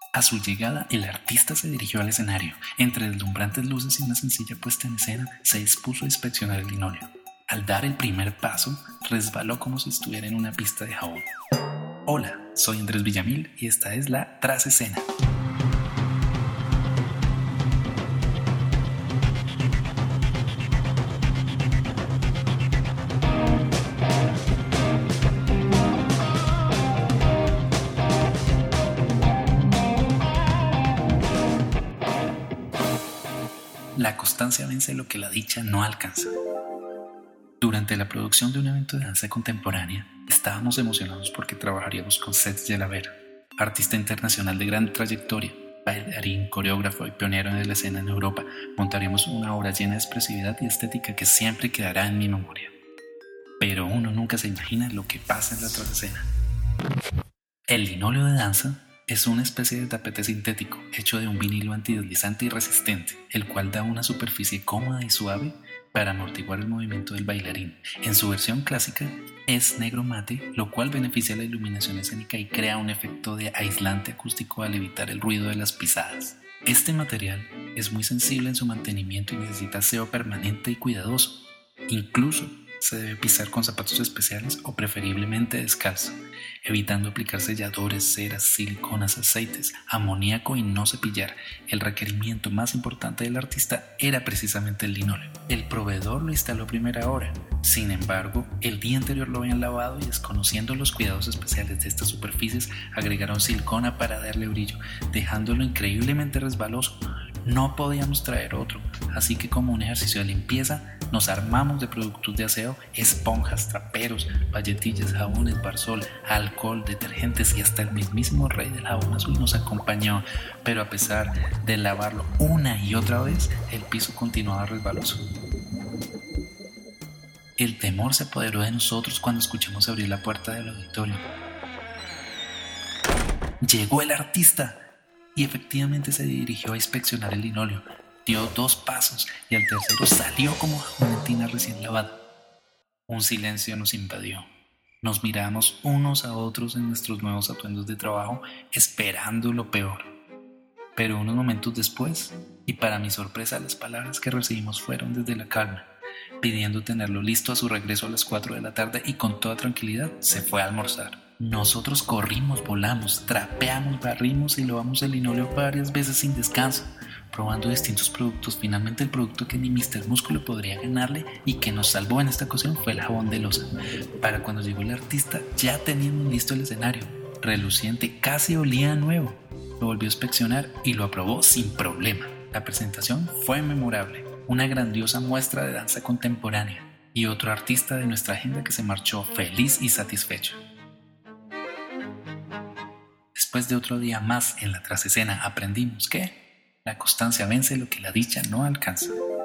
A su llegada, el artista se dirigió al escenario. Entre deslumbrantes luces y una sencilla puesta en escena, se dispuso a inspeccionar el linóleo. Al dar el primer paso, resbaló como si estuviera en una pista de jabón. Hola, soy Andrés Villamil y esta es la Trasescena. La constancia vence lo que la dicha no alcanza. Durante la producción de un evento de danza contemporánea, estábamos emocionados porque trabajaríamos con Cesc Gelabert, artista internacional de gran trayectoria, bailarín, coreógrafo y pionero en la escena en Europa. Montaríamos una obra llena de expresividad y estética que siempre quedará en mi memoria. Pero uno nunca se imagina lo que pasa en la trasescena. El linóleo de danza es una especie de tapete sintético hecho de un vinilo antideslizante y resistente, el cual da una superficie cómoda y suave para amortiguar el movimiento del bailarín. En su versión clásica es negro mate, lo cual beneficia la iluminación escénica y crea un efecto de aislante acústico al evitar el ruido de las pisadas. Este material es muy sensible en su mantenimiento y necesita aseo permanente y cuidadoso. Incluso se debe pisar con zapatos especiales o preferiblemente descalzo, evitando aplicar selladores, ceras, siliconas, aceites, amoníaco y no cepillar. El requerimiento más importante del artista era precisamente el linóleo. El proveedor lo instaló a primera hora. Sin embargo, el día anterior lo habían lavado y, desconociendo los cuidados especiales de estas superficies, agregaron silicona para darle brillo, dejándolo increíblemente resbaloso. No podíamos traer otro, así que como un ejercicio de limpieza nos armamos de productos de aseo, esponjas, traperos, palletillas, jabones, barsol, alcohol, detergentes y hasta el mismísimo rey del jabón azul nos acompañó. Pero a pesar de lavarlo una y otra vez, el piso continuaba resbaloso. El temor se apoderó de nosotros cuando escuchamos abrir la puerta del auditorio. Llegó el artista y efectivamente se dirigió a inspeccionar el linóleo. Dio 2 pasos y al tercero salió como una tina recién lavada. Un silencio nos invadió. Nos miramos unos a otros en nuestros nuevos atuendos de trabajo, esperando lo peor. Pero unos momentos después, y para mi sorpresa, las palabras que recibimos fueron desde la calma, pidiendo tenerlo listo a su regreso a las 4 de la tarde, y con toda tranquilidad se fue a almorzar. Nosotros corrimos, volamos, trapeamos, barrimos y lavamos el linóleo varias veces sin descanso, probando distintos productos. Finalmente, el producto que ni Mr. Músculo podría ganarle y que nos salvó en esta ocasión fue el jabón de loza. Para cuando llegó el artista, ya teníamos listo el escenario, reluciente, casi olía a nuevo. Lo volvió a inspeccionar y lo aprobó sin problema. La presentación fue memorable, una grandiosa muestra de danza contemporánea y otro artista de nuestra agenda que se marchó feliz y satisfecho. Después de otro día más en la trasescena, aprendimos que la constancia vence lo que la dicha no alcanza.